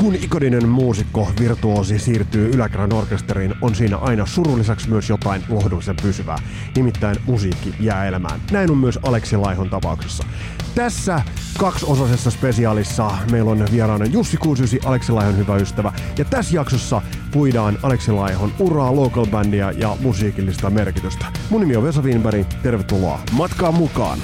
Kun ikoninen muusikko virtuoosi siirtyy yläkerran orkesteriin, on siinä aina surulliseksi myös jotain lohdullisen pysyvää. Nimittäin musiikki jää elämään. Näin on myös Aleksi Laihon tapauksessa. Tässä kaksiosaisessa spesiaalissa meillä on vieraana Jussi Kuusysi, Aleksi Laihon hyvä ystävä. Ja tässä jaksossa puidaan Aleksi Laihon uraa, local bandia ja musiikillista merkitystä. Mun nimi on Vesa Wienberg, tervetuloa matkaan mukaan!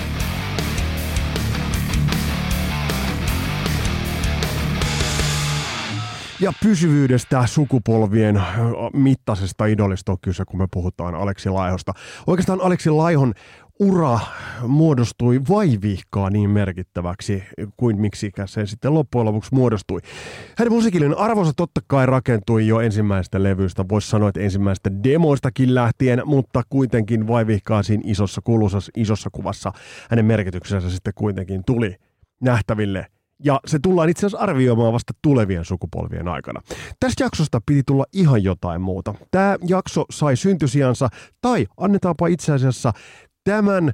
Ja pysyvyydestä sukupolvien mittaisesta idolista on kyse, kun me puhutaan Aleksi Laihosta. Oikeastaan Aleksi Laihon ura muodostui vaivihkaa niin merkittäväksi kuin miksikä se sitten loppujen lopuksi muodostui. Hänen musiikillinen arvonsa totta kai rakentui jo ensimmäistä levyistä, voisi sanoa, että ensimmäistä demoistakin lähtien, mutta kuitenkin vaivihkaa siinä isossa kuvassa hänen merkityksensä sitten kuitenkin tuli nähtäville. Ja se tullaan itse asiassa arvioimaan vasta tulevien sukupolvien aikana. Tästä jaksosta piti tulla ihan jotain muuta. Tämä jakso sai syntysijansa, tai annetaanpa itse asiassa tämän,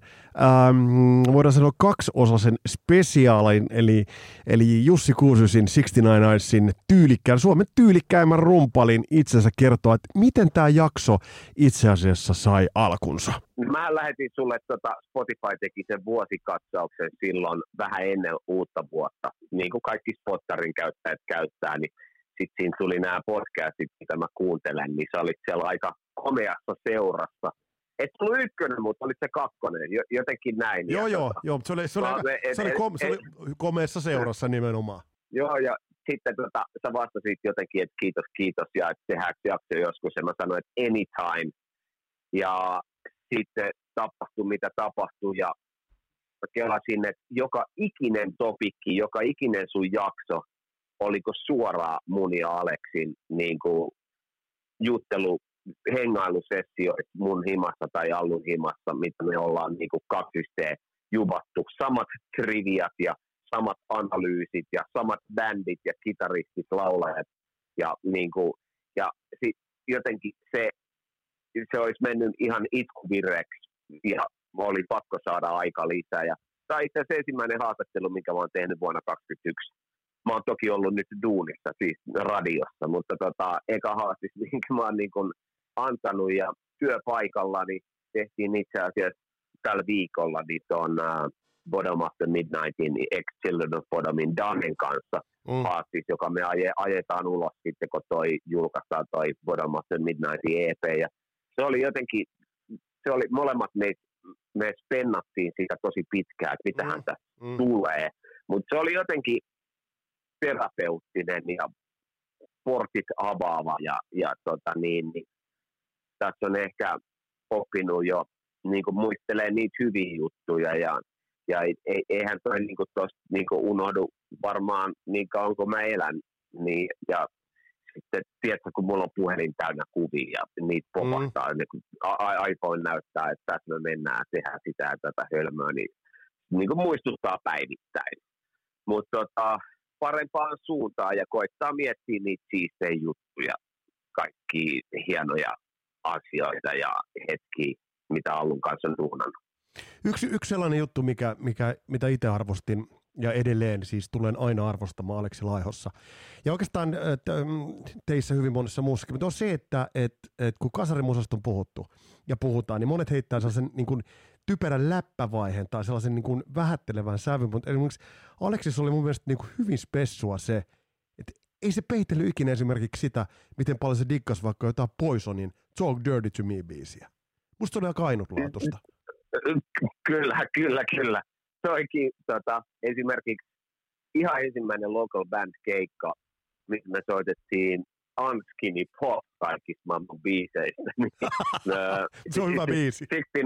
voidaan sanoa kaksiosaisen spesiaalin, eli Jussi Kuusysin 69 Eyes'in Suomen tyylikkäimmän rumpalin itsensä kertoa, että miten tämä jakso itse asiassa sai alkunsa. Mä lähetin sulle, Spotify teki sen vuosikatsauksen silloin vähän ennen uutta vuotta. Niin kuin kaikki Spottarin käyttäjät käyttää, niin sitten siinä tuli nämä podcastit, mitä mä kuuntelen, niin sä olit siellä aika komeassa seurassa. Et ollut ykkönen, mutta olit se kakkonen, jotenkin näin. Joo, se oli komeassa seurassa nimenomaan. Joo, ja sitten sä vastasit jotenkin, että kiitos, ja että tehdäänkö jakso joskus, ja mä sanoin, että anytime. Ja sitten tapahtui, mitä tapahtui, ja mä kelasin, että joka ikinen topikki, joka ikinen sun jakso, oliko suoraan mun ja Aleksin niin kuin juttelu, hengailusessioita mun himassa tai Allun himassa, mitä me ollaan niin kuin kaksisteen jubattu. Samat triviat ja samat analyysit ja samat bändit ja kitaristit, laulajat. Ja, niin kuin, ja jotenkin se olisi mennyt ihan itkuvirreeksi ja oli pakko saada aika lisää. Ja tämä on itse asiassa ensimmäinen haastattelu, minkä mä oon tehnyt vuonna 2021. Mä oon toki ollut nyt duunissa, siis radiossa, mutta eka haastis, minkä mä oon niin kuin antanut ja työpaikallani tehtiin itse asiassa tällä viikolla niin ton Bottom of the Midnightin Ex-Children of Bodomin Dannen kanssa haastis, joka me ajetaan ulos sitten, kun julkaistaan toi Bottom of the Midnightin EP. Ja se oli jotenkin, molemmat me spennattiin siitä tosi pitkään, että mitähän tässä tulee. Mutta se oli jotenkin terapeuttinen ja portit avaava ja niin tässä on ehkä oppinut jo niin kuin muistelee niitä hyviä juttuja ja eihän toi niin kuin tosta niin kuin unohdu varmaan niin kauan kuin mä elän. Niin, ja sitten tiedätkö, kun mulla on puhelin täynnä kuvia ja niitä popahtaa, niin iPhone näyttää, että tässä me mennään, tehdään sitä ja tätä hölmöä, niin kuin muistuttaa päivittäin. Mutta parempaan suuntaan ja koittaa miettiä niitä siistejä juttuja, kaikki hienoja asioita ja hetkiä, mitä Allun kanssa on duunannut. Yksi sellainen juttu, mitä itse arvostin ja edelleen siis tulen aina arvostamaan Aleksi Laihossa. Ja oikeastaan teissä hyvin monessa muussakin, mutta on se, että kun kasarimusasta on puhuttu ja puhutaan, niin monet heittää sellaisen niin kuin typerän läppävaiheen tai sellaisen niin kuin vähättelevän sävyn, mutta esimerkiksi Aleksissa oli mun mielestä niin kuin hyvin spessua se, että ei se peitellyt ikinä esimerkiksi sitä, miten paljon se dikkasi vaikka jotain Poisonin Talk Dirty to Me -biisiä. Musta se oli aika ainutlaatuista. Kyllä. Toikin esimerkiksi ihan ensimmäinen local band keikka, missä me soitettiin Unskinny Pop kaikista maailman biiseistä. Se on hyvä biisi.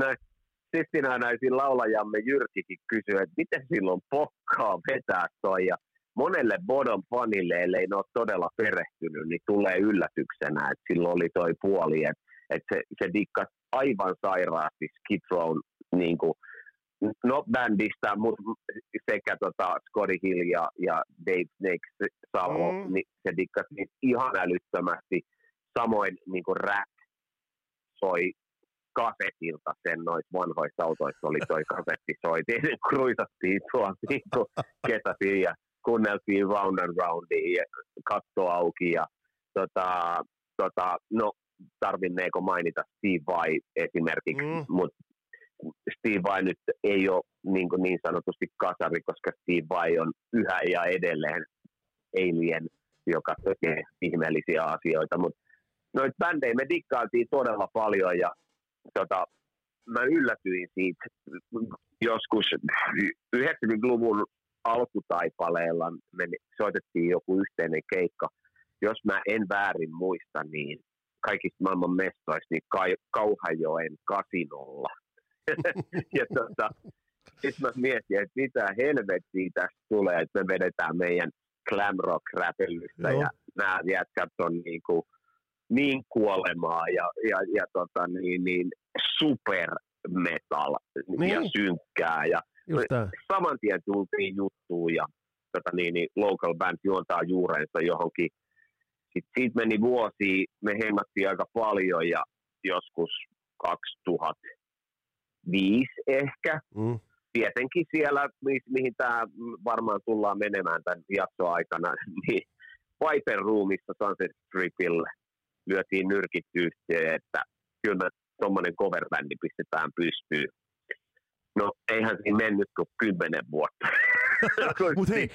69 laulajamme Jyrkikin kysyi, että miten silloin pokkaa vetää toi. Ja monelle Bodom-fanille, ellei ne ole todella perehtynyt, niin tulee yllätyksenä, että silloin oli toi puoli, että se dikkasi aivan sairaasti Skid Rown niin kuin, bändistä, mutta sekä Scotty Hill ja Dave Snake Salo, niin se dikkasi niin ihan älyttömästi. Samoin niin kuin rap soi kasetilta sen noissa vanhoissa autoissa oli toi kasetti soitiin, kruisattiin tuolla niin kesäsiin ja kuunneltiin Round and Roundia, katto auki ja no tarvinneeko mainita Steve Vai esimerkiksi, mutta Steve Vai nyt ei ole niin sanotusti kasari, koska Steve Vai on yhä ja edelleen alien, joka tekee ihmeellisiä asioita, mutta noita bändejä me dikkailtiin todella paljon ja mä yllätyin siitä joskus 90-luvun alkutaipaleella me soitettiin joku yhteinen keikka. Jos mä en väärin muista, niin kaikista maailman mestoista niin Kauhajoen kasinolla. Ja sitten mä mietin, että mitä helvettiä tästä tulee, että me vedetään meidän glam rock räpelystä ja nämä jätkät on niin kuolemaa ja niin super metal ja synkkää ja saman tien tultiin juttuun ja local band juontaa juurensa johonkin. Sitten siitä meni vuosia, me hemmattiin aika paljon ja joskus 2005 ehkä. Tietenkin siellä, mihin tämä varmaan tullaan menemään tämän jakson aikana, niin Viper Roomissa Sunset Stripille lyötiin nyrkit yhteen, että kyllä me tuommoinen coverbändi pistetään pystyyn. No eihän siinä mennyt kuin 10 vuotta. Mutta hei,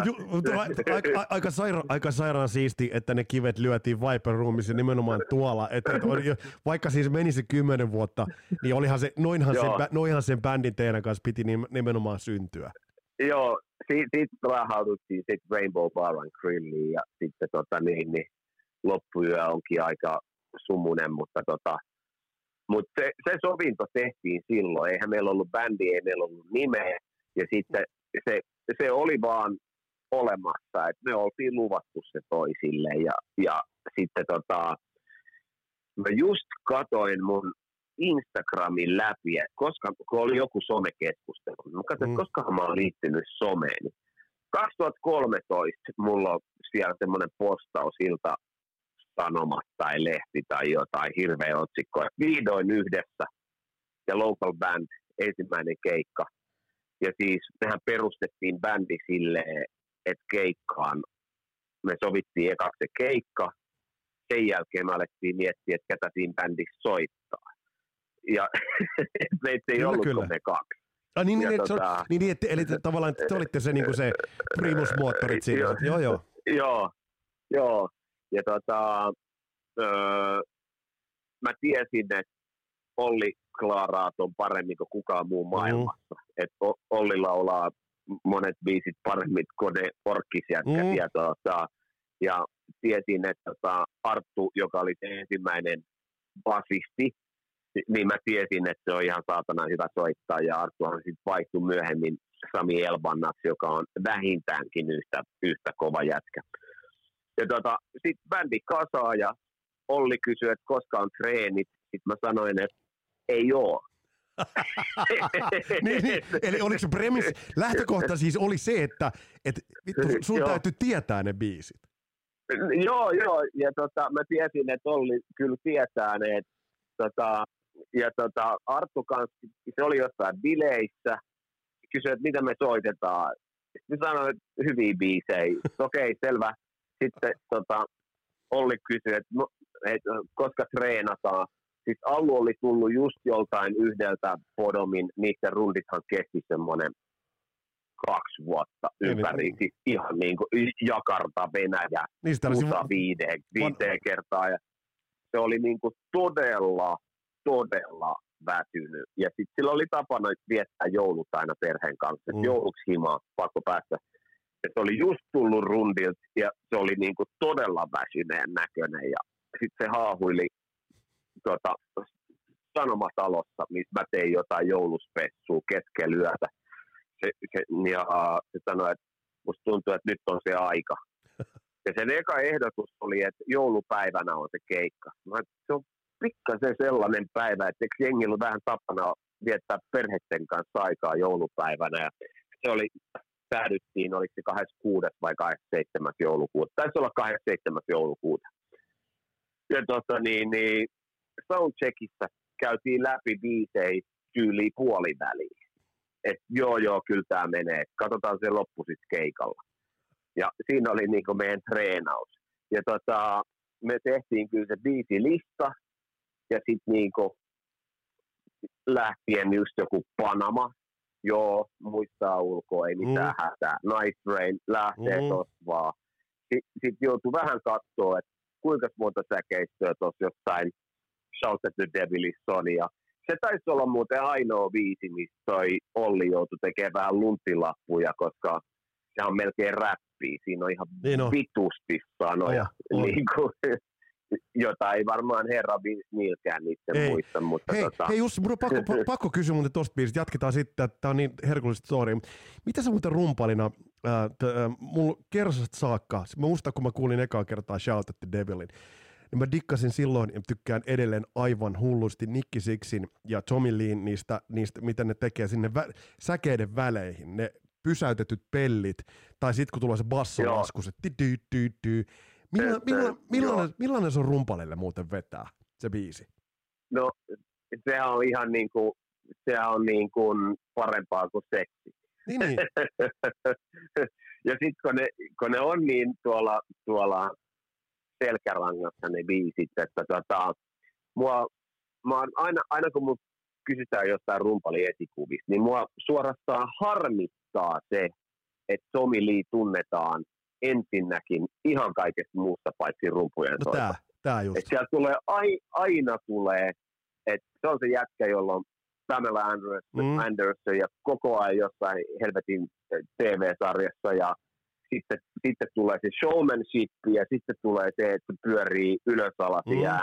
aika sairaan siisti, että ne kivet lyötiin Viper Roomissa nimenomaan tuolla. Vaikka siis meni se 10 vuotta, niin noinhan sen bändin teidän kanssa piti nimenomaan syntyä. Joo, siitä rahauduttiin sitten Rainbow Bar and Grilliin ja sitten loppuyö onkin aika sumunen, mutta se sovinto tehtiin silloin. Eihän meillä ollut bändiä, ei meillä ollut nimeä ja sitten se oli vaan olemassa, että me oltiin luvattu se toisille ja sitten mä just katoin mun Instagramin läpi, että kun oli joku somekeskustelu, mä katsoin, että koskahan mä oon liittynyt someen. 2013 mulla on siellä semmoinen postaus Ilta-Sanomat tai lehti tai jotain hirveä otsikko, että vihdoin yhdessä ja local band ensimmäinen keikka. Ja siis mehän perustettiin bändi silleen, että keikkaan me sovittiin ekaksi se keikka, sen jälkeen me alettiin miettiä, että ketä siinä bändissä soittaa. Ja meitä ei ollut kuin me kaksi. Eli tavallaan te olitte se, niin se primusmoottorit siinä. Joo. Ja mä tiesin, että Olli klaaraa ton paremmin kuin kukaan muu maailmassa. Että Olli laulaa monet biisit paremmin kuin ne orkkisjätkät. Ja tiesin, että Arttu, joka oli se ensimmäinen basisti, niin mä tiesin, että se on ihan saatana hyvä soittaa. Ja Arttuhan sitten vaihtui myöhemmin Sami Elbannats, joka on vähintäänkin yhtä kova jätkä. Ja sitten bändi kasaa ja Olli kysyi, että koska on treenit. Sitten mä sanoin, että ei oo. Eli oliko se lähtökohta siis oli se, että sun täytyy tietää ne biisit? Joo, ja mä tiesin, että Olli kyllä tietää ne, Arttu kanssa, se oli jossain bileissä, kysyi, että mitä me soitetaan. Sitten sanoin, että hyviä biisejä. Okei, selvä. Sitten Olli kysyi, että koska treenataan. Siis Allu oli tullut just joltain yhdeltä Podomin, niiden rundithan kesti semmoinen 2 vuotta ympäri. Siis ihan niin kuin Jakarta, Venäjä, USA 5 kertaa. Ja se oli niin kuin todella väsynyt. Ja sitten sillä oli tapana viettää joulut aina perheen kanssa. Et jouluksi himaa, pakko päästä. Ja se oli just tullut rundilta ja se oli niin kuin todella väsyneen näköinen. Ja sitten se haahuili Sanomatalossa, missä mä tein jotain jouluspessua keskellä yötä. Se sanoi, että musta tuntuu, että nyt on se aika. Ja sen eka ehdotus oli, että joulupäivänä on se keikka. Se on pikkasen sellainen päivä, että eikö jengillä on vähän tapana viettää perheiden kanssa aikaa joulupäivänä. Ja se oli, päädyttiin, oliko se 26. vai 27. joulukuuta. Taisi olla 27. joulukuuta. Ja soundcheckissa käytiin läpi biisejä tyyliin puoliväliin. Että joo, kyllä tää menee. Katsotaan se loppu sitten keikalla. Ja siinä oli niinku meidän treenaus. Ja me tehtiin kyllä se biisilista, ja sitten niinku lähtien just joku Panama, joo, muistaa ulkoa, ei mitään hätää. Night Rain lähtee tossa vaan. Sitten joutui vähän katsoa, että kuinka monta säkeistöä tuossa jossain Shout at the Devilissa on. Ja se taisi olla muuten ainoa biisi, missä toi Olli joutui tekemään vähän lunttilappuja, koska se on melkein räppiä. Siinä on ihan vitusti sanoja, niin kuin, jota ei varmaan herra Nilkään itse muista. Mutta hei Jussi, mun on pakko kysyä muuten tosta biisistä. Jatketaan sitten, että tämä on niin herkullista story. Mitä sä muuten rumpalina, mulla Kersasta saakka, mä muistan kun mä kuulin ekaa kertaa Shout at the Devilin, niin mä dikkasin silloin ja tykkään edelleen aivan hullusti Nicky Sixin ja Tommy Leen niistä mitä ne tekee sinne säkeiden väleihin. Ne pysäytetyt pellit, tai sitten kun tulee se bassolasku, se millainen se on rumpalille muuten vetää, se biisi? No, sehän on ihan niin kuin parempaa kuin seksi. Niin. Ja sitten kun ne on niin tuolla selkärangassa ne biisit, että mä oon aina kun mut kysytään jostain rumpaliesikuvista, niin mua suorastaan harmittaa se, että Tommy Lee tunnetaan ensinnäkin ihan kaikesta muusta paitsi rumpujen soitosta. Tää just. Että siellä tulee, aina tulee, että se on se jätkä, jolla on Pamela Anderson ja koko ajan jossain helvetin TV-sarjassa ja sitten tulee se showmanship ja sitten tulee se, että pyörii ylös alas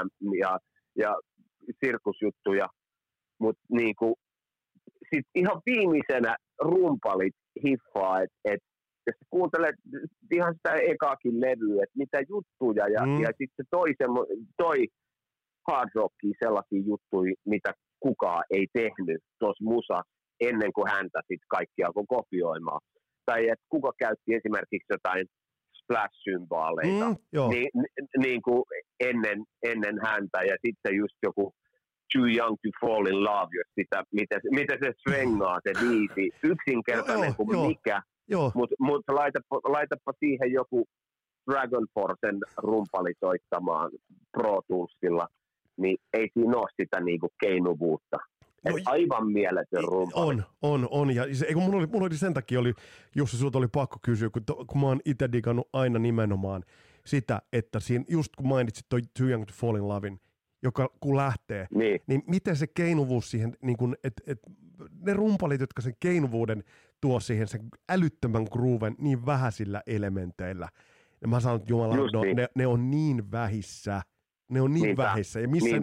ja sirkusjuttuja. Mutta niinku, sitten ihan viimeisenä rumpalit hiffaa, että jos kuuntelet ihan sitä ekaakin levyä, että mitä juttuja ja sitten toi hard rockia sellaisia juttuja, mitä kukaan ei tehnyt tuossa musa ennen kuin häntä sitten kaikki alkoi kopioimaan. Tai että kuka käytti esimerkiksi jotain splash-symbaaleita niin kuin ennen häntä ja sitten just joku Too Young to Fall in Love, jos sitä, miten se svengaa se biisi, yksinkertainen kuin mikä, mutta laitapa siihen joku Dragon Forcen rumpali soittamaan Pro Toolsilla, niin ei siinä ole sitä niinku keinuvuutta. Aivan mieletön rumpali. On. Ja se, mulla oli sen takia, Jussi, sulta oli pakko kysyä, kun mä oon itse digannut aina nimenomaan sitä, että siinä, just kun mainitsit toi Too Young to Fall in Lovein, joka kun lähtee, niin miten se keinuvuus siihen, niin kun, ne rumpalit, jotka sen keinuvuuden tuo siihen, sen älyttömän grooven niin vähäisillä elementeillä, ja mä sanon, että jumala, ne on niin vähissä. Ne on niin vähissä. Ja missä,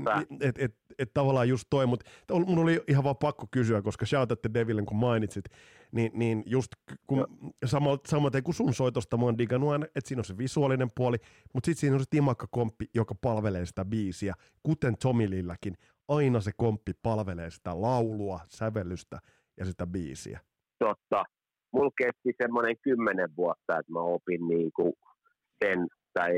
et tavallaan just toi, mutta mun oli ihan vaan pakko kysyä, koska Shout at the Devilin, kun mainitsit, niin just kun samaten kuin sun soitosta mä oon digannut aina, että siinä on se visuaalinen puoli, mutta sitten siinä on se timakkakomppi, joka palvelee sitä biisiä, kuten Tommy Leelläkin, aina se komppi palvelee sitä laulua, sävellystä ja sitä biisiä. Totta. Mulla kesti semmoinen 10 vuotta, että mä opin niinku sen, tai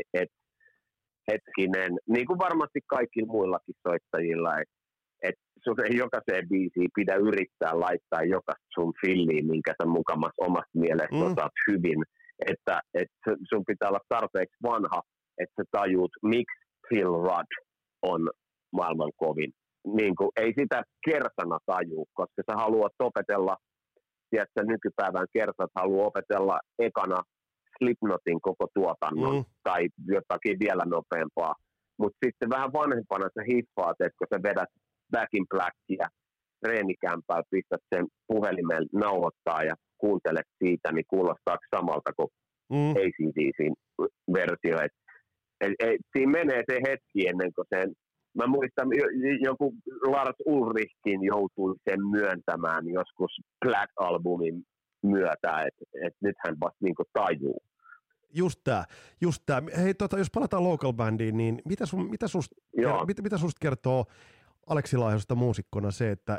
hetkinen, niin kuin varmasti kaikilla muillakin soittajilla, että sun ei jokaiseen biisiin pidä yrittää laittaa jokaista sun filliin, minkä sä mukamassa omasta mielestä osaat hyvin, että sun pitää olla tarpeeksi vanha, että sä tajuut, miksi Phil Rudd on maailman kovin. Niin kuin, ei sitä kersana tajuu, koska sä haluat opetella, tiedätkö, nykypäivän kersat haluaa opetella ekana Slipknotin koko tuotannon tai jotakin vielä nopeampaa. Mutta sitten vähän vanhempana sä hiffaat, että kun sä vedät Back in Blackia reenikämpää, pistät sen puhelimeen nauhoittaa ja kuuntelet siitä, niin kuulostaako samalta kuin ACDCin versio. Siinä menee se hetki ennen kuin sen, mä muistan joku Lars Ulrichkin joutui sen myöntämään joskus Black-albumin myötä, että nyt hän vasta niinku tajuu. Just tää. Hei, jos palataan local bandiin, niin mitä susta kertoo Aleksi Laihosta muusikkona se, että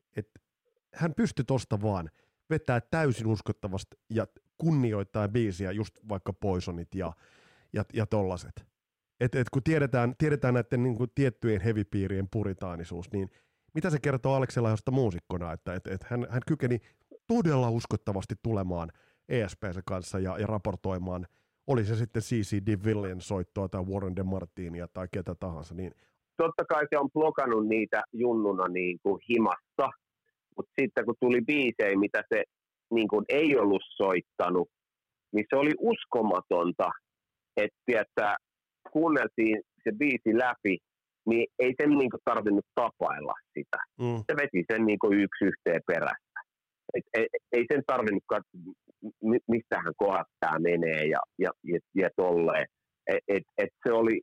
hän pystyi tosta vaan vetää täysin uskottavasti ja kunnioittaa biisiä, just vaikka Poisonit ja tollaset. Kun tiedetään näiden niin kuin tiettyjen hevipiirien puritaanisuus, niin mitä se kertoo Aleksi Laihosta muusikkona, että hän kykeni todella uskottavasti tulemaan ESP:n kanssa ja raportoimaan, oli se sitten C.C. DeVillen soittoa tai Warren DeMartinia tai ketä tahansa. Niin. Totta kai se on blokannut niitä junnuna niin kuin himassa, mutta sitten kun tuli biisejä, mitä se niin kuin ei ollut soittanut, niin se oli uskomatonta, että kuunneltiin se biisi läpi, niin ei sen niin kuin tarvinnut tapailla sitä. Se veti sen niin kuin yksi yhteen perässä. Ei sen tarvinnut katsoa, mistähän kohdat tämä menee ja tolleen. Se oli,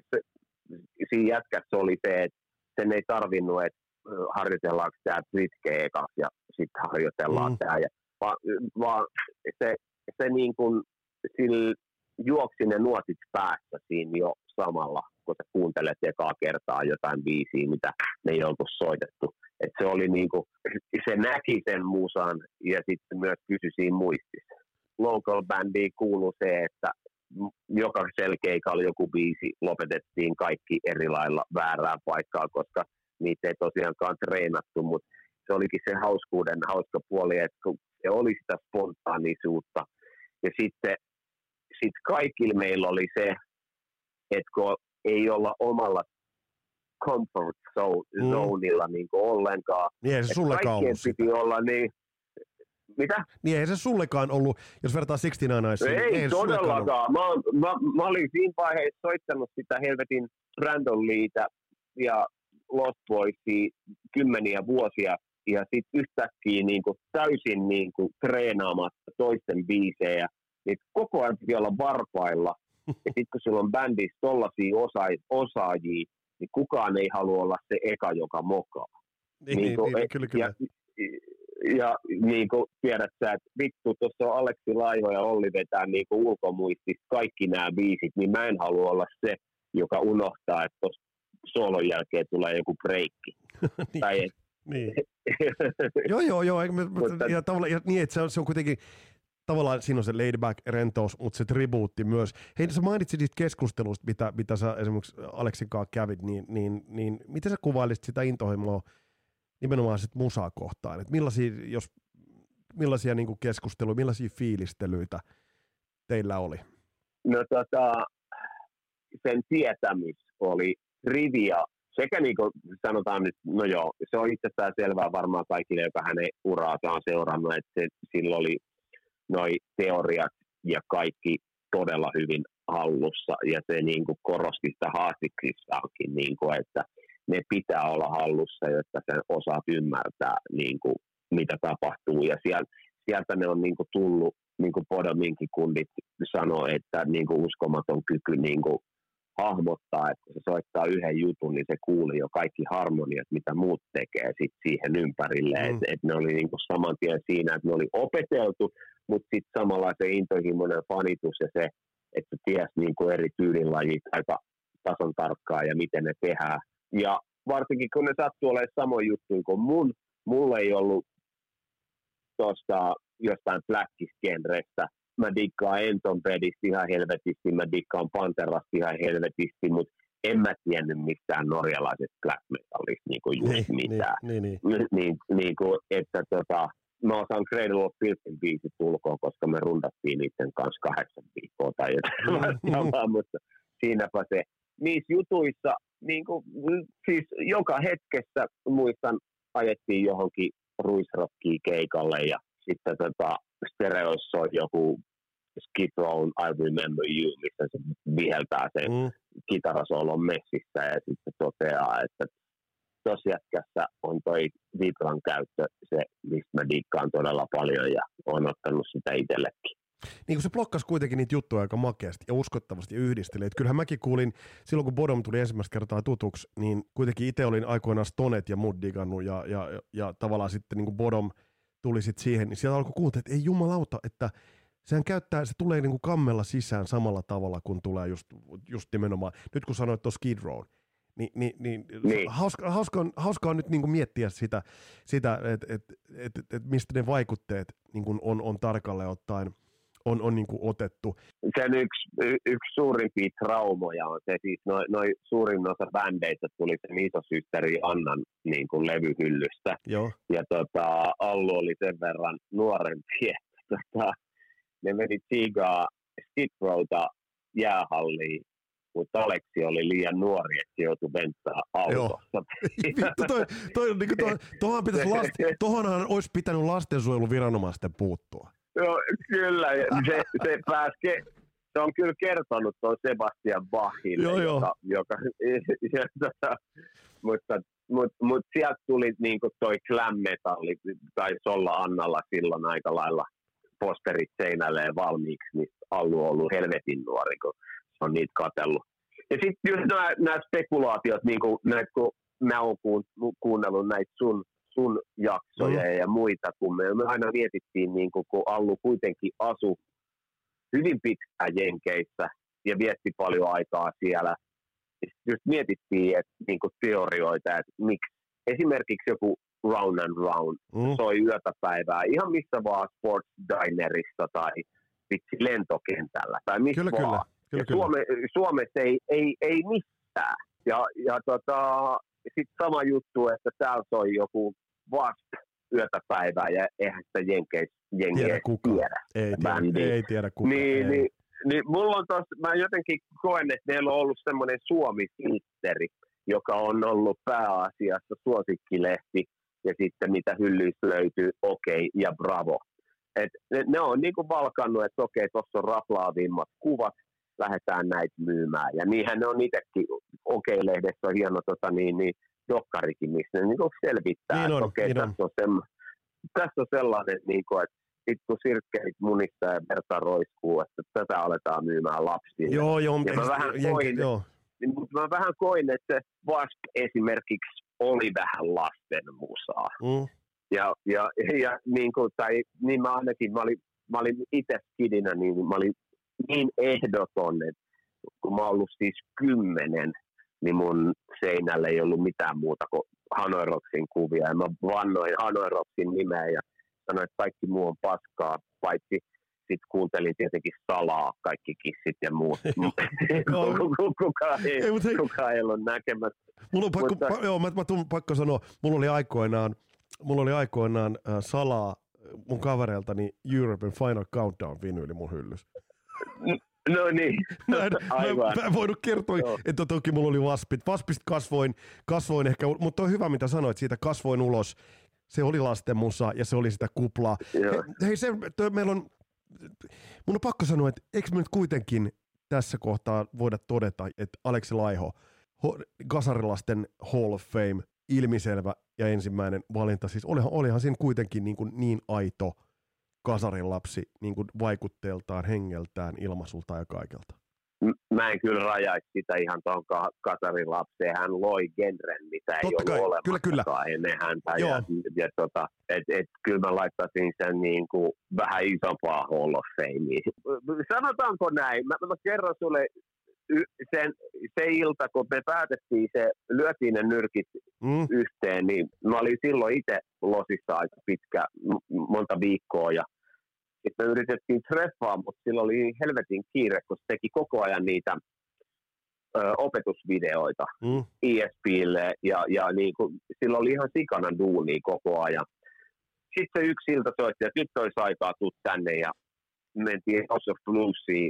siinä jätkässä oli se, että sen ei tarvinnut, että harjoitellaanko tämä britkeä ekaksi ja sitten harjoitellaan tämä. Vaan se niin kuin, sillä juoksi ne nuotit päässä siinä jo samalla, kun sä kuuntelet ekaa kertaa jotain biisiä, mitä me ei oltu soitettu. Et se oli niinku, se näki sen musan ja sitten myös kysyi siinä muistissa. Local bandiin kuului se, että jokaisella keikalla joku biisi lopetettiin kaikki eri lailla väärää paikkaa, koska niitä ei tosiaankaan treenattu, mutta se olikin se hauska puoli, että kun se oli sitä spontaanisuutta. Ja sitten kaikilla meillä oli se, että kun ei olla omalla comfort zoneilla niin kuin ollenkaan. Niin ei se sullekaan ollut piti olla niin. Mitä? Niin ei se sullekaan ollut, jos vertaa 69 Eyesiin. Ei todellakaan. Mä olin siinä vaiheessa soittanut sitä helvetin Brandon Leetä ja Lost Boysia kymmeniä vuosia ja sitten yhtäkkiä niin kuin täysin niin kuin treenaamatta toisten biisejä. Niin koko ajan piti olla varpailla. Ja sitten kun sulla on bändissä tollaisia osaajia, niin kukaan ei halua olla se eka, joka mokaa. Kyllä. Ja niin kuin tiedät sä, että vittu, tuossa on Aleksi Laiho ja Olli vetää niin kuin ulkomuistista kaikki nämä biisit, niin mä en halua olla se, joka unohtaa, että tuossa soolon jälkeen tulee joku breikki. Niin. Joo. Niin, että se on kuitenkin tavallaan siinä on se laid back rentous, mutta se tribuutti myös. Hei, sä mainitsit niistä keskustelusta, mitä sä esimerkiksi Aleksin kanssa kävit, niin miten sä kuvailisit sitä intohimoa nimenomaan sit musaa kohtaan? Et millaisia niinku keskusteluja, millaisia fiilistelyitä teillä oli? No sen tietämys oli rivia. Sekä niin kuin sanotaan nyt, no joo, se on itsestään selvää varmaan kaikille, joka hänen uraansa on seurannut, että sillä oli noi teoriat ja kaikki todella hyvin hallussa, ja se niin kuin korosti sitä haastiksissaankin, niin kuin, että ne pitää olla hallussa, jotta sen osaat ymmärtää, niin kuin, mitä tapahtuu, ja sieltä ne on niin kuin tullut, niin kuin Bodominkin kundit sanoo, että niin kuin uskomaton kyky niin kuin hahmottaa, että kun se soittaa yhden jutun, niin se kuuli jo kaikki harmoniat, mitä muut tekee sit siihen ympärille, että ne oli niin kuin saman tien siinä, että ne oli opeteltu, mutta sitten samalla se intohimoinen fanitus ja se, että ties niin kuin eri tyylilajit aika tason tarkkaan ja miten ne tehdään. Ja varsinkin kun ne sattuu olemaan samoin juttuja kuin mulla ei ollut tuosta jostain Blackis-genrestä. Mä dikkaan Entombedista ihan helvetisti, mä dikkaan Panterasta ihan helvetisti, mutta en mä tiennyt mistään norjalaisesta black metallista niin kuin just mitään. Niin kuin, että mä osaan Cradle of Filthin biisit ulkoa, koska me rundattiin niiden kanssa 8 viikkoa tai jotain, mutta siinäpä se. Niissä jutuissa, niin kuin, siis joka hetkessä muistan, ajettiin johonkin ruisrockiin keikalle ja sitten stereoissa on joku Skid Row, I Remember You, missä se viheltää sen kitarasolon messissä ja sitten toteaa, että tuossa jätkässä on toi vibran käyttö, se mistä mä dikkaan todella paljon ja olen ottanut sitä itsellekin. Niin kuin se blokkasi kuitenkin niitä juttuja aika makeasti ja uskottavasti ja yhdisteli. Että kyllähän mäkin kuulin, silloin kun Bodom tuli ensimmäistä kertaa tutuksi, niin kuitenkin itse olin aikoinaan Stonet ja Mud digannut ja tavallaan sitten niin kuin Bodom tuli sitten siihen, niin sieltä alkoi kuulla, että ei jumalauta, että se tulee niin kuin kammella sisään samalla tavalla kuin tulee just nimenomaan. Nyt kun sanoit tuossa Skid Row, niin. Hauskaa on nyt niin kuin miettiä sitä että mistä ne vaikutteet niin kuin on tarkalleen ottaen on niin kuin otettu. Sen yksi suurimpia traumoja on se, siis noi suurin osa bändeistä tuli sen isosysteri Annan niin kuin levyhyllystä. Joo. Ja Allu oli sen verran nuorempi, että ne veti Tsigaa Skid Rowta jäähalliin, mutta Aleksi oli liian nuori, että se joutui venttää autossa. Tohonhan olisi pitänyt lastensuojeluviranomaisten puuttua. Joo, kyllä. Se on kyllä kertonut tuon Sebastian Bachille, mutta sieltä tuli niinku toi glam metalli, taisi olla Annalla silloin aika lailla posterit seinälleen valmiiksi, niin Allu on ollut helvetin nuori, kun se on niitä katsellut. Ja sitten just nämä spekulaatiot, niin kun mä oon kuunnellut näitä sun jaksoja ja muita, kun me aina mietittiin, niin kun Allu kuitenkin asui hyvin pitkään Jenkeissä ja vietti paljon aikaa siellä. Just mietittiin, että niin teorioita, että miksi esimerkiksi joku Round and Round soi yötä päivää ihan missä vaan sports dinerissa tai vitsi lentokentällä tai missä vaan. Kyllä. Suomessa ei mistään. Ja sitten sama juttu, että täällä soi joku vasta yötä päivää ja eihän sitä jengiä tiedä. Ei tiedä kukaan. Niin mulla on mä jotenkin koen, että meillä on ollut semmoinen Suomi-filtteri, joka on ollut pääasiassa suosikkilehti ja sitten mitä hyllyissä löytyy Okei ja Bravo. Et ne on niinku valkannut, että okei, tuossa on raplaavimmat kuvat, lähdetään näitä myymään. Ja niinhän ne on itsekin, Okei-lehdessä on hieno dokkarikin, missä ne niinku selvittää, niin että okei, tässä on sellainen, niinku, että sitten kun sirkkelit munista ja verta roiskuu, että tätä aletaan myymään lapsille. Joo. Mä vähän koin, että se vasta esimerkiksi oli vähän lasten musaa. Ja niin mä ainakin, mä olin itse skidinä, niin mä olin niin ehdoton, että kun mä oon ollut siis 10, niin mun seinällä ei ollut mitään muuta kuin Hanoi Rocksin kuvia. Ja mä vannoin Hanoi Rocksin nimeä ja sanoin, että kaikki muu on paskaa, paitsi sitten kuuntelin tietenkin Salaa, kaikki kissit ja muut. Kukaan ei ollut näkemässä. Mulla on pakko sanoa, mulla oli aikoinaan Salaa mun kavereiltani European Final Countdown-vinyyli mun hyllys. No niin, mä en voinut kertoa, että toki mulla oli Waspista kasvoin ehkä, mutta on hyvä mitä sanoit, siitä kasvoin ulos. Se oli lasten musa ja se oli sitä kuplaa. Meillä on, mun on pakko sanoa, että eikö me nyt kuitenkin tässä kohtaa voida todeta, että Aleksi Laiho, kasarilasten Hall of Fame, ilmiselvä ja ensimmäinen valinta, siis olihan siinä kuitenkin niin aito kasarilapsi niin kuin vaikutteeltaan, hengeltään, ilmaisultaan ja kaikelta. Mä en kyllä rajaisi sitä ihan tuohon kasarilapseen. Hän loi genren, mitä totta ei kai, ollut olemassakaan ennen häntä. Kyllä mä laittaisin sen niin kuin vähän isompaa Hall of Famea. Sanotaanko näin? Mä kerron sulle se ilta, kun me päätettiin lyötiin ne nyrkit yhteen, niin mä olin silloin itse losissa aika monta viikkoa ja sitten me yritettiin treffaa, mutta sillä oli helvetin kiire, kun se teki koko ajan niitä opetusvideoita ESPille ja niin kuin, sillä oli ihan sikana duunia koko ajan. Sitten se yksi ilta soitti, että nyt olisi aikaa tuu tänne ja mentiin House of Bluesiin,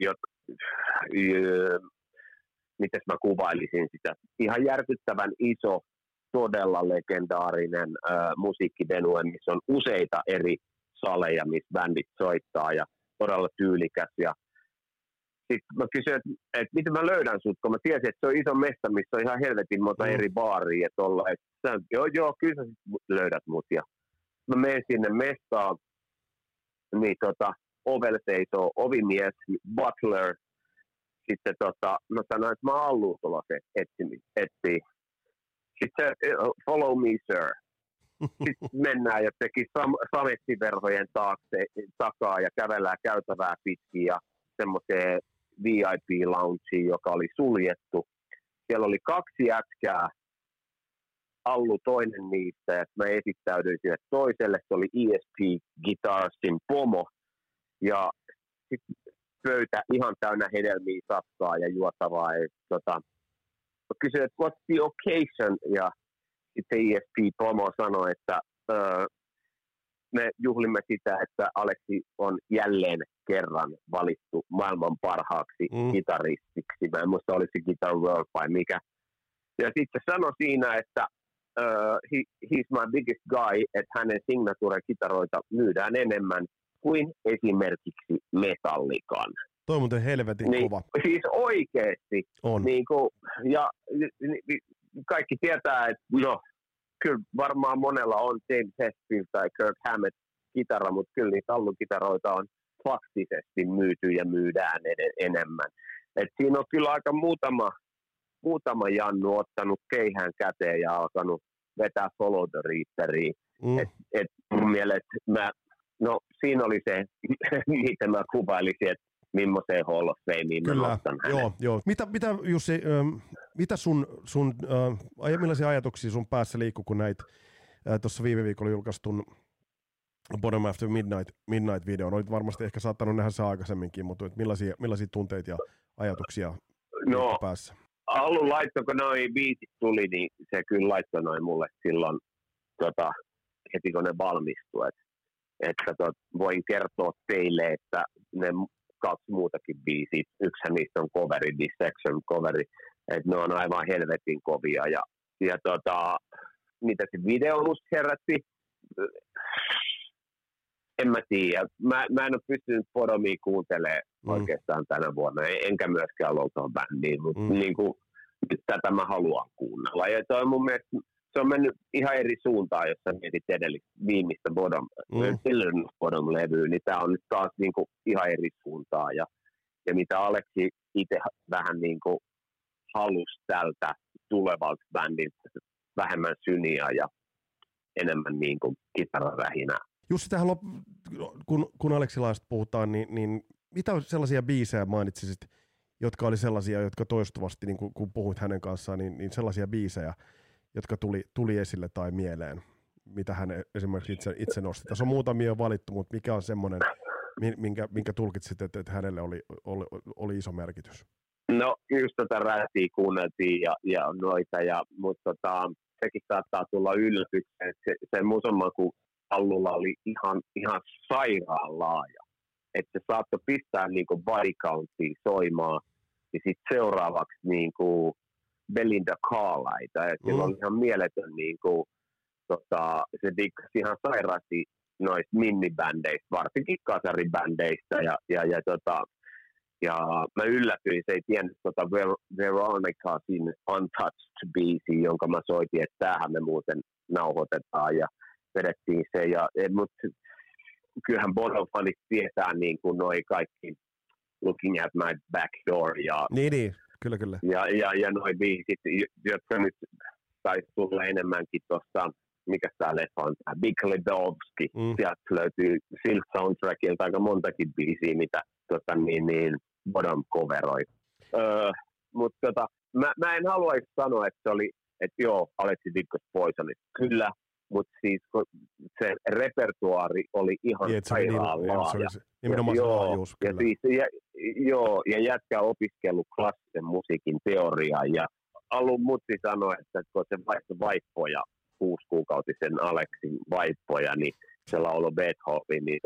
miten mä kuvailisin sitä. Ihan järkyttävän iso, todella legendaarinen musiikkivenue, missä on useita eri saleja, missä bändit soittaa ja todella tyylikäs. Ja sitten mä kysyin, että miten mä löydän sut, kun mä tiesin, että se on iso mesta, missä on ihan helvetin monta eri baaria. Joo, kyllä sä löydät mut. Ja mä menen sinne mestaan, niin ovelle seisoo ovimies, butler. Sitten mä sanoin, että mä oon Alluun tulossa etsiä. Sitten se, follow me, sir. Sitten mennään ja teki sametsiverhojen takaa ja kävellään käytävää pitkin ja semmoiseen VIP-loungeen, joka oli suljettu. Siellä oli 2 jätkää, Allu toinen niistä, ja mä esittäydyin sille toiselle, se oli ESP Guitarsin pomo, ja sitten pöytä ihan täynnä hedelmiä, safkaa ja juotavaa, ja mä kysyin, että what's the occasion, ja sitten ESP-pomo sanoi, että me juhlimme sitä, että Aleksi on jälleen kerran valittu maailman parhaaksi kitaristiksi. Mä en muista, oliko se Guitar World vai mikä. Ja sitten se sanoi siinä, että he's my biggest guy, että hänen signature-kitaroita myydään enemmän kuin esimerkiksi Metallican. Toi on muuten helvetin niin, kova. Siis oikeesti. On. Niin kuin, ja kaikki tietää, että no, kyllä varmaan monella on James Hetfield tai Kirk Hammett kitara, mutta kyllä niitä tallukitaroita on faktisesti myyty ja myydään enemmän. Et siinä on kyllä aika muutama Jannu ottanut keihään käteen ja alkanut vetää Follow the Reaperia. Et mun mielestä siinä oli se, miten mä kuvailisin, että millaiseen Hall of Fameen mä nostan hänet. Joo. Mitä Jussi, millaisia ajatuksia sun päässä liikkuu, kun näit tuossa viime viikolla julkaistun Bottom After Midnight-videon? Olit varmasti ehkä saattanut nähdä se aikaisemminkin, mutta millaisia tunteita ja ajatuksia päässä? Alun laitto, kun noin biisit tuli, niin se kyllä laittoi noin mulle silloin heti kun ne valmistui. Että voin kertoa teille, että ne 2 muutakin biisiä, yksihän niistä on coveri, Dissection coveri, että ne on aivan helvetin kovia. Ja mitä se video musta herätti, en mä tiedä. Mä en ole pystynyt Bodomia kuuntelemaan oikeastaan tänä vuonna, enkä myöskään Lolton bändiin, mutta nyt tätä mä haluan kuunnella. Ja toi mun mielestä, se on mennyt ihan eri suuntaan, jos sä mietit viimeistä Bottom-levyä, niin tää on nyt taas niinku ihan eri suuntaan. Ja mitä Aleksi itse vähän niinku halusi tältä tulevalta bändiltä, vähemmän syniä ja enemmän niinku kitararähinää. Jussi, tähän kun Aleksilaista puhutaan, niin mitä sellaisia biisejä mainitsisit, jotka oli sellaisia, jotka toistuvasti, niin kun puhuit hänen kanssaan, niin sellaisia biisejä, jotka tuli esille tai mieleen, mitä hän esimerkiksi itse nosti. Tässä on muutamia jo valittu, mutta mikä on semmoinen, minkä tulkitsit, että hänelle oli iso merkitys? No, just rättiä kuunneltiin ja noita, mutta sekin saattaa tulla yllätykseen. Se musammaku Allulla oli ihan sairaan laaja. Että se saattoi pistää niinku body countia soimaan ja sitten seuraavaksi niinku Belinda Carlisle, ja sillä oli ihan mieletön niinku, se dikkasi ihan sairaasti noista minnibändeistä, varsinkin kasaribändeistä, ja mä yllätyin, se ei tiennyt Veronicaasin Untouched-biisiä, jonka mä soitin, että tämähän me muuten nauhoitetaan, ja vedettiin se, mutta kyllähän Bono-fanit tietää niin kuin noi kaikki Looking at My Back Door, ja niin. Kyllä. Ja noi biisit, jotka nyt taisi tulla enemmänkin tuossa, mikä tää leffa on, tää Big Lebowski. Sieltä löytyy siltä soundtrackilta aika montakin biisiä, mitä Bodom coveroi. Mutta mä en haluaisi sanoa, että se oli, että joo, Aleksi tykkäsi Poisonit. Kyllä, mutta siis se repertuaari oli ihan sairaan laaja. Nimenomaan se laajuus, kyllä. Ja jätkä opiskellut klassisen musiikin teoriaa ja alun mutsi sanoi, että kun se vaihtoi vaippoja, 6-kuukautisen Aleksin vaippoja, niin se lauloi Beethoven, niin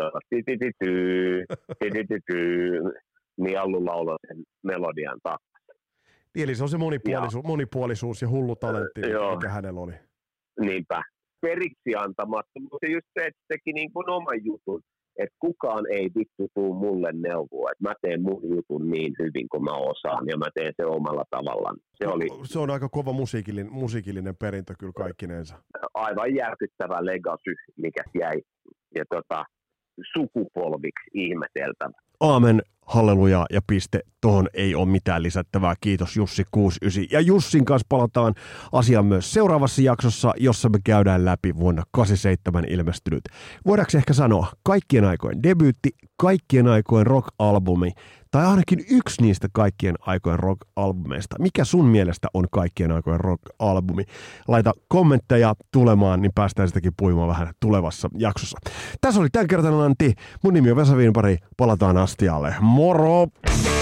niin Allu lauloi sen melodian takaisin. Eli se on se monipuolisuus ja hullu talentti, mikä hänellä oli. Niinpä. Periksi antamatta, mutta just se, että teki niin kuin oman jutun, että kukaan ei vittu tuu mulle neuvoa, että mä teen mun jutun niin hyvin kuin mä osaan ja mä teen se omalla tavallaan. Se on aika kova musiikillinen perintö kyllä kaikkinensa. Aivan järkyttävä legacy, mikä jäi ja sukupolviksi ihmeteltävä. Aamen, halleluja ja piste. Tuohon ei ole mitään lisättävää. Kiitos Jussi 69. Ja Jussin kanssa palataan asiaan myös seuraavassa jaksossa, jossa me käydään läpi vuonna 87 ilmestynyt. Voidaanko ehkä sanoa kaikkien aikojen debyytti, kaikkien aikojen rock-albumi, tai ainakin yksi niistä kaikkien aikojen rock-albumeista. Mikä sun mielestä on kaikkien aikojen rock-albumi? Laita kommentteja tulemaan, niin päästään sitäkin puimaan vähän tulevassa jaksossa. Tässä oli tämänkertainen Antti. Mun nimi on Vesa Viinpari. Palataan astialle. Moro!